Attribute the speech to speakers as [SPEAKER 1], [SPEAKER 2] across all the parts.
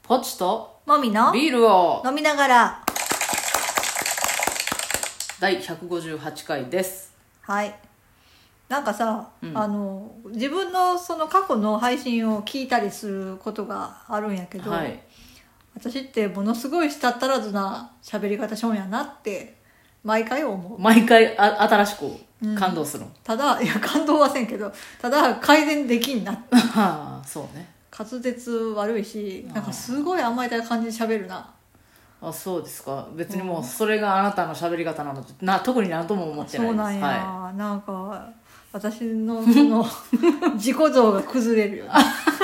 [SPEAKER 1] ポチと
[SPEAKER 2] もみの
[SPEAKER 1] ビールを
[SPEAKER 2] 飲みながら。
[SPEAKER 1] 第158回です。
[SPEAKER 2] はい。なんかさ、
[SPEAKER 1] うん、
[SPEAKER 2] 自分のその過去の配信を聞いたりすることがあるんやけど、
[SPEAKER 1] はい、
[SPEAKER 2] 私ってものすごい舌足らずな喋り方しょんやなって毎回思う。
[SPEAKER 1] 毎回新しく感動するの、
[SPEAKER 2] ただ、いや感動はせんけど、ただ改善できんなって。
[SPEAKER 1] はあ、そうね。
[SPEAKER 2] 滑舌悪いし、なんかすごい甘えた感じで喋るな。
[SPEAKER 1] あ、そうですか。別にもうそれがあなたの喋り方なの特になんとも思ってないです。
[SPEAKER 2] そうなんや、
[SPEAKER 1] は
[SPEAKER 2] なんか私のその自己像が崩れるよね。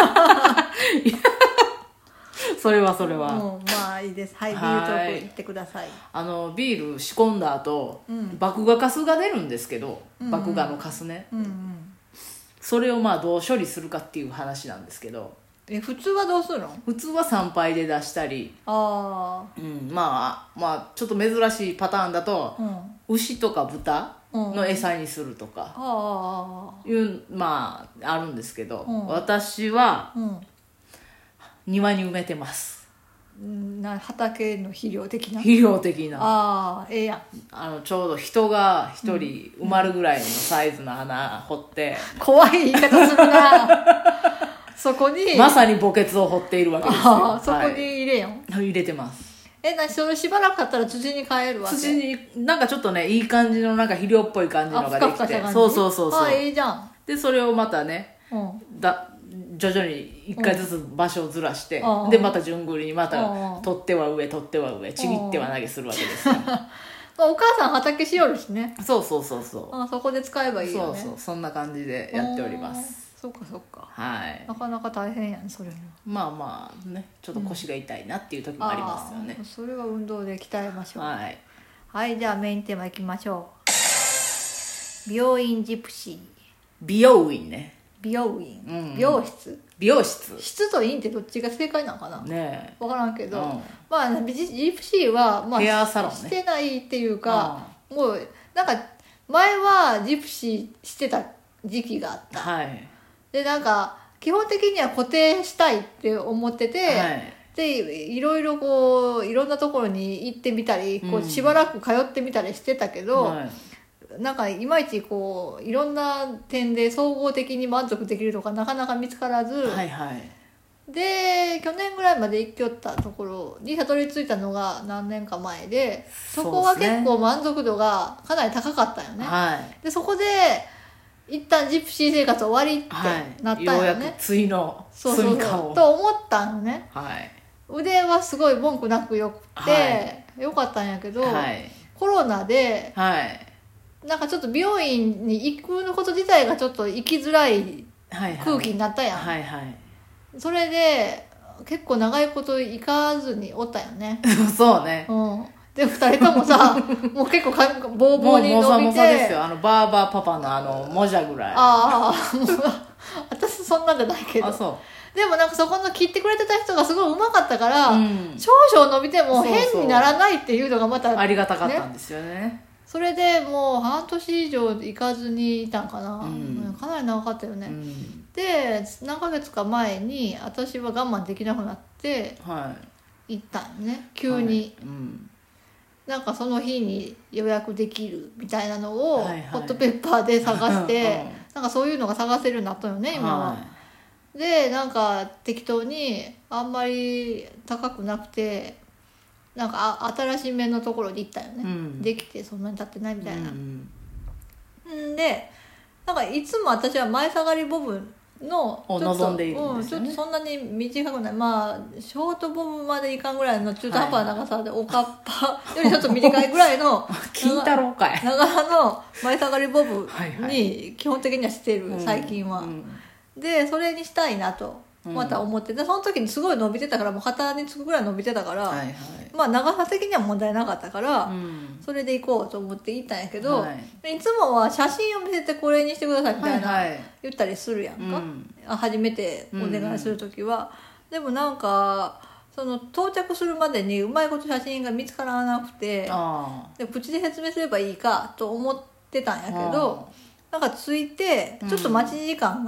[SPEAKER 1] それはそれは、
[SPEAKER 2] まあいいです。はい、ビールトーク行ってください。
[SPEAKER 1] ビール仕込んだ後、麦芽かすが出るんですけど、麦芽のかすね、それをまあどう処理するかっていう話なんですけど、
[SPEAKER 2] 普通はどうするの？
[SPEAKER 1] 普通は参拝で出したり、まあちょっと珍しいパターンだと、牛とか豚の餌にするとか、いうまああるんですけど、私は、庭に埋めてます。
[SPEAKER 2] 畑の肥料的な。
[SPEAKER 1] 肥料的な。
[SPEAKER 2] ええや
[SPEAKER 1] ん。ちょうど人が一人埋まるぐらいのサイズの穴掘って、
[SPEAKER 2] 怖い言い方するな。そこに
[SPEAKER 1] まさに墓穴を掘っているわけですよ。
[SPEAKER 2] そこに入れよん、
[SPEAKER 1] 入れてます。
[SPEAKER 2] それしばらく経ったら土に変えるわけ？
[SPEAKER 1] 土になんかちょっとね、いい感じのなんか肥料っぽい感じのができて、そう
[SPEAKER 2] いいじゃん。
[SPEAKER 1] でそれをまたね、徐々に一回ずつ場所をずらして、でまた順繰りにまた取っては上取っては上ちぎっては投げするわけですよ。
[SPEAKER 2] お母さん畑しよるしね。
[SPEAKER 1] そう
[SPEAKER 2] そこで使えばいいよね。
[SPEAKER 1] そんな感じでやっております。
[SPEAKER 2] そっか。
[SPEAKER 1] はい。
[SPEAKER 2] なかなか大変やね、それも。
[SPEAKER 1] まあね、ちょっと腰が痛いなっていう時もありますよね。
[SPEAKER 2] それは運動で鍛えましょう。
[SPEAKER 1] はい、
[SPEAKER 2] じゃあメインテーマいきましょう。病院ジプシー。
[SPEAKER 1] 美容院ね。
[SPEAKER 2] 美容院、美容室。室と院ってどっちが正解なのかな、
[SPEAKER 1] ね、
[SPEAKER 2] 分からんけど、まあジプシーは、まあ、
[SPEAKER 1] ヘアサロンね、
[SPEAKER 2] してないっていうか、もうなんか前はジプシーしてた時期があった、でなんか基本的には固定したいって思ってて、でいろいろこういろんなところに行ってみたり、こうしばらく通ってみたりしてたけど、なんかいまいちこういろんな点で総合的に満足できるとかなかなか見つからず、で去年ぐらいまで行きよったところにたどり着いたのが何年か前で、そこは結構満足度がかなり高かったよね、でそこで一旦ジプシー生活終わりってなったんよね、
[SPEAKER 1] ようやく対の
[SPEAKER 2] 住処をと思ったのね、腕はすごい文句なくよくて、よかったんやけど、コロナで、なんかちょっと美容院に行くこと自体がちょっと行きづらい空気になったやん、それで結構長いこと行かずにおったよね。
[SPEAKER 1] そうね、
[SPEAKER 2] で2人ともさもう結構ボーボーに伸びて、もうモサモサ
[SPEAKER 1] ですよ、バーバーパパのもじゃぐらい。
[SPEAKER 2] もう私そんなんじゃないけど、でもなんかそこの切ってくれてた人がすごいうまかったから、少々伸びても変にならないっていうのがまた、
[SPEAKER 1] ありがたかったんですよね。
[SPEAKER 2] それでもう半年以上行かずにいたんかな、かなり長かったよね、で何ヶ月か前に私は我慢できなくなって行ったんね、急に、なんかその日に予約できるみたいなのをホットペッパーで探してなんかそういうのが探せるようになったよね今は、でなんか適当にあんまり高くなくてなんか新しめのところに行ったよね、できてそんなに経ってないみたいな、でなんかいつも私は前下がりボブの
[SPEAKER 1] 望んでいるんですよね、
[SPEAKER 2] ちょっとそんなに短くない、まあショートボブまでいかんぐらいの中途半端な長さで、おかっぱよりちょっと短いぐらいの
[SPEAKER 1] 金太郎かい
[SPEAKER 2] 長さの前下がりボブに基本的にはしてる、最近は、でそれにしたいなとまた思ってて、その時にすごい伸びてたから、もう肩につくぐらい伸びてたから、まあ長さ的には問題なかったから、それで行こうと思って行ったんやけど、いつもは写真を見せてこれにしてくださいみたいな言ったりするやんか、初めてお願いする時は、でもなんかその到着するまでにうまいこと写真が見つからなくて、で口で説明すればいいかと思ってたんやけど、なんか着いてちょっと待ち時間があっ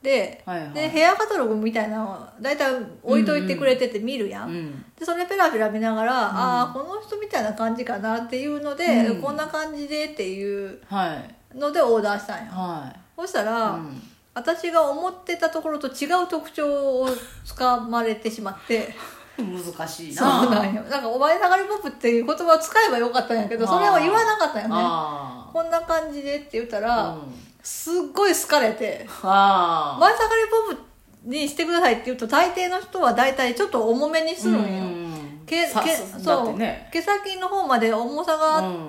[SPEAKER 2] で、
[SPEAKER 1] はいはい、
[SPEAKER 2] でヘアカタログみたいなのを大体置いといてくれてて見るやん、でそれペラペラ見ながら、ああこの人みたいな感じかなっていうので、こんな感じでっていうのでオーダーしたんや、そしたら、私が思ってたところと違う特徴をつかまれてしまって
[SPEAKER 1] 難しいな。
[SPEAKER 2] そうなんよ。なんかお前下がりポップっていう言葉を使えばよかったんやけど、それは言わなかったよね。こんな感じでって言ったら、すっごい好かれて、前下がりポップにしてくださいって言うと大抵の人は大体ちょっと重めにするんよ。そう、毛先の方まで重さがあって、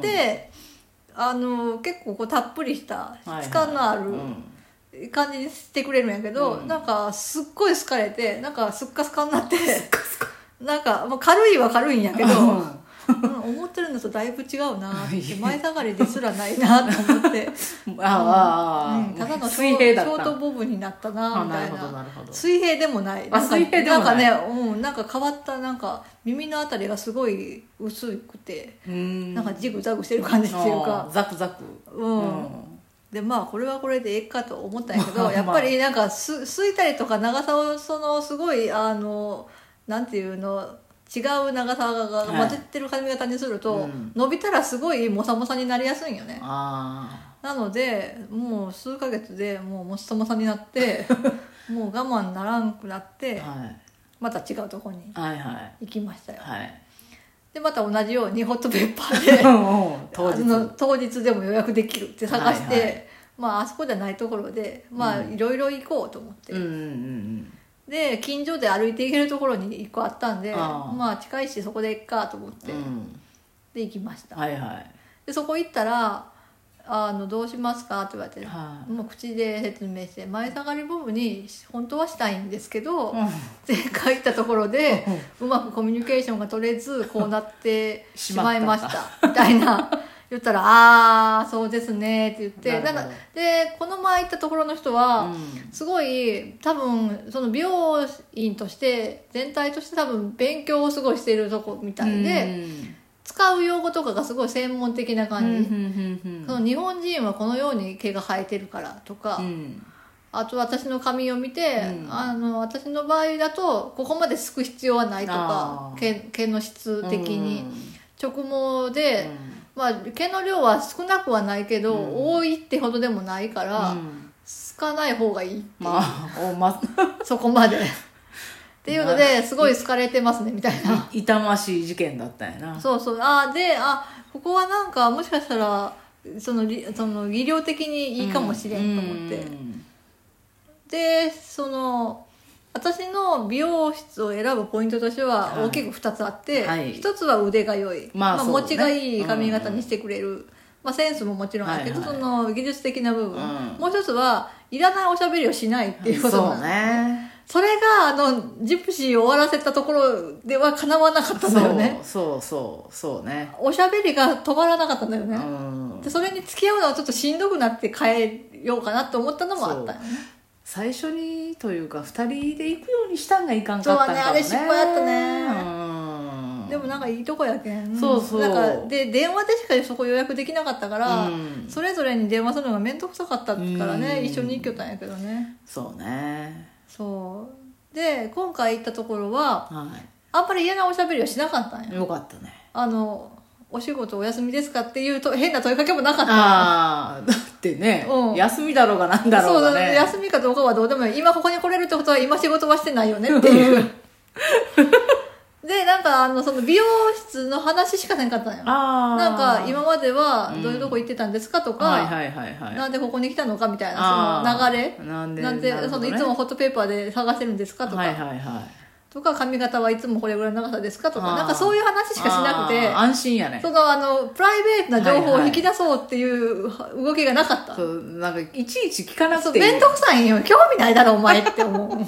[SPEAKER 2] 結構こうたっぷりした質感のある感じにしてくれるんやけど、なんかすっごい好かれて、なんかスッカスカになってなんかもう軽いは軽いんやけど、思ってるのとだいぶ違うなって前下がりですらないなと思ってただのショートボブになったなみたいな。水平でもないなんかね、なんか変わった、なんか耳のあたりがすごい薄くて、なんかジグザグしてる感じっていうか、
[SPEAKER 1] ザクザク、
[SPEAKER 2] でまあこれはこれでええかと思ったんやけどやっぱりなんかすいたりとか長さをすごいなんていうの、違う長さが混ぜてる髪型にすると、伸びたらすごいモサモサになりやすいんよね。なのでもう数ヶ月でもうモサモサになってもう我慢ならんくなって、また違うとこに行きましたよ、でまた同じようにホットペッパーで当日でも予約できるって探して、まああそこじゃないところでまあいろいろ行こうと思って、で近所で歩いて行けるところに1個あったんで、まあ近いしそこで行っかと思って、で行きました、でそこ行ったらどうしますかって言われて、もう口で説明して、前下がりボブに本当はしたいんですけど、前回行ったところでうまくコミュニケーションが取れずこうなってしまいましたみたいな言ったら、ああそうですねって言って、なんかでこの前行ったところの人はすごい多分その美容院として全体として多分勉強をすごいしているとこみたいで、使う用語とかがすごい専門的な感じ、その日本人はこのように毛が生えてるからとか、あと私の髪を見て、私の場合だとここまですく必要はないとか、毛の質的に、直毛で、まあ、毛の量は少なくはないけど、多いってほどでもないから、すかない方がいいっていう、そこまでっていうのですごい好かれてますねみたいな
[SPEAKER 1] 痛ましい事件だったんやな。
[SPEAKER 2] そうそう、ここはなんかもしかしたらその技量的にいいかもしれんと思って、で私の美容室を選ぶポイントとしては大きく2つあって、1つは腕が良い、持ちがいい髪型にしてくれる、センスももちろんあるけど、その技術的な部分、もう一つはいらないおしゃべりをしないっていうことなんですね。それがジプシーを終わらせたところではかなわなかったんだよね。
[SPEAKER 1] そうね、
[SPEAKER 2] おしゃべりが止まらなかったんだよね、でそれに付き合うのはちょっとしんどくなって変えようかなと思ったのもあったよね。
[SPEAKER 1] 最初にというか2人で行くようにしたんがいかんかったんかもね。
[SPEAKER 2] そうね、あれ失敗やったね。でもなんかいいとこやけん。なんかで電話でしかそこ予約できなかったから、それぞれに電話するのが面倒くさかったからね、一緒に行きよったんやけどね。
[SPEAKER 1] そうね。
[SPEAKER 2] そうで今回行ったところは、あんまり嫌なおしゃべりはしなかったんや。
[SPEAKER 1] よかったね。
[SPEAKER 2] お仕事お休みですかっていうと変な問いかけもなかった。
[SPEAKER 1] だってね、休みだろうがなんだろうがね。
[SPEAKER 2] そう、休みかどうかはどうでもいい。今ここに来れるってことは今仕事はしてないよねっていうでなんかその美容室の話しかせんかったんよ。なんか今まではどういうとこ行ってたんですかとか、なんでここに来たのかみたいなその流れ、なんでいつもホットペーパーで探してるんですかとか、とか髪型はいつもこれぐらいの長さですかとか、なんかそういう話しかしなくて、
[SPEAKER 1] 安心やね。
[SPEAKER 2] プライベートな情報を引き出そうっていう動きがなかった。
[SPEAKER 1] なんかいちいち聞かなくていい。
[SPEAKER 2] 面倒くさいんよ。興味ないだろお前って思う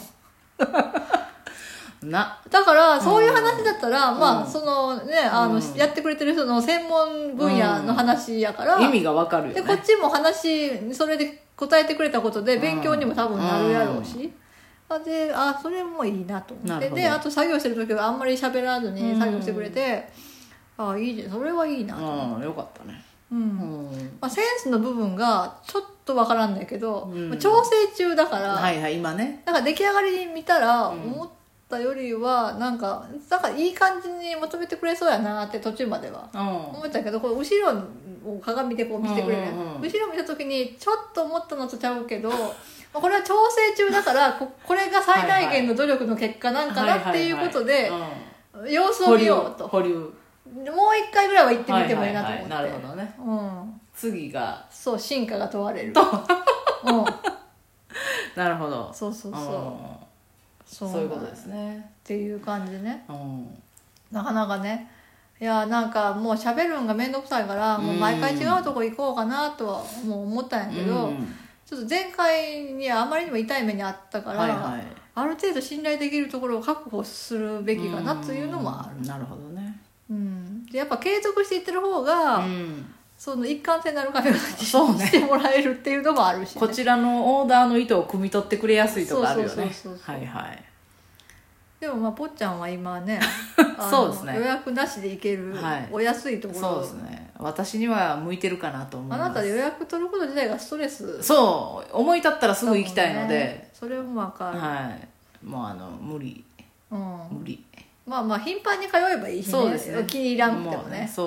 [SPEAKER 2] だからそういう話だったら、やってくれてる人の専門分野の話やから、
[SPEAKER 1] 意味がわかるよね。
[SPEAKER 2] でこっちもそれで答えてくれたことで勉強にも多分なるやろうし、でそれもいいなと思って、であと作業してる時はあんまり喋らずに作業してくれて、いいじゃん、それはいいなと思って。
[SPEAKER 1] よかったね。
[SPEAKER 2] まあ、センスの部分がちょっとわからんだけど、調整中だから、
[SPEAKER 1] はいはい、今ね、
[SPEAKER 2] なんか出来上がり見たら思ったよりはなんかいい感じにまとめてくれそうやなって途中までは思ったけど、これ後ろを鏡でこう見てくれる、後ろ見た時にちょっと思ったのとちゃうけど、これは調整中だからこれが最大限の努力の結果なんかなっていうことで様子を見ようと、
[SPEAKER 1] 保留、
[SPEAKER 2] もう一回ぐらいは行ってみてもいいなと思って、
[SPEAKER 1] なるほどね、次が
[SPEAKER 2] そう進化が問われる
[SPEAKER 1] なるほど、
[SPEAKER 2] そう
[SPEAKER 1] そういうことですね
[SPEAKER 2] っていう感じね、なかなかね、いやなんかもう喋るんが面倒くさいからもう毎回違うとこ行こうかなとはもう思ったんやけど、ちょっと前回にはあまりにも痛い目にあったから、ある程度信頼できるところを確保するべきかなというのもある。
[SPEAKER 1] なるほどね、
[SPEAKER 2] でやっぱ継続していってる方が、その一貫性のある髪型にしてもらえるっていうのもあるし、ね、
[SPEAKER 1] こちらのオーダーの意図を汲み取ってくれやすいとかあるよね。はいはい。
[SPEAKER 2] でもまあぽっちゃんは今ね
[SPEAKER 1] そうですね、
[SPEAKER 2] 予約なしで行ける、お安いところ、
[SPEAKER 1] そうですね、私には向いてるかなと思います。
[SPEAKER 2] あなたで予約取ること自体がストレス、
[SPEAKER 1] そう思い立ったらすぐ行きたいので、
[SPEAKER 2] それも分かる、
[SPEAKER 1] もう無理、無理、
[SPEAKER 2] まあまあ頻繁に通えばいいしね、そうですね、気に入らんくてもね、
[SPEAKER 1] そう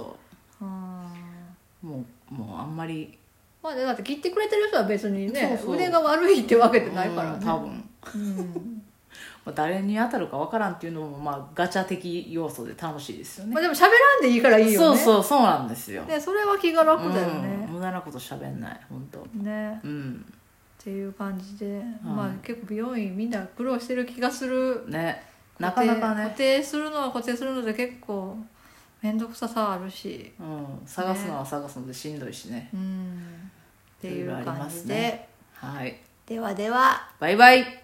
[SPEAKER 1] もうあんまり、
[SPEAKER 2] まあだって切ってくれてる人は別にね腕が悪いってわけじゃないからね、
[SPEAKER 1] 多分誰に当たるか分からんっていうのもまあガチャ的要素で楽しいですよね。
[SPEAKER 2] まあでも喋らんでいいからいいよね。
[SPEAKER 1] そうなんですよ。
[SPEAKER 2] でそれは気が楽だよね。
[SPEAKER 1] 無駄なこと喋んない本当。
[SPEAKER 2] ね。っていう感じで、まあ結構美容院みんな苦労してる気がする。
[SPEAKER 1] ね。なかなかね。
[SPEAKER 2] 固定するのは固定するので結構面倒くささあるし。
[SPEAKER 1] 探すのは探すのでしんどいしね。
[SPEAKER 2] っていう感じで。
[SPEAKER 1] はい。
[SPEAKER 2] ではでは。
[SPEAKER 1] バイバイ。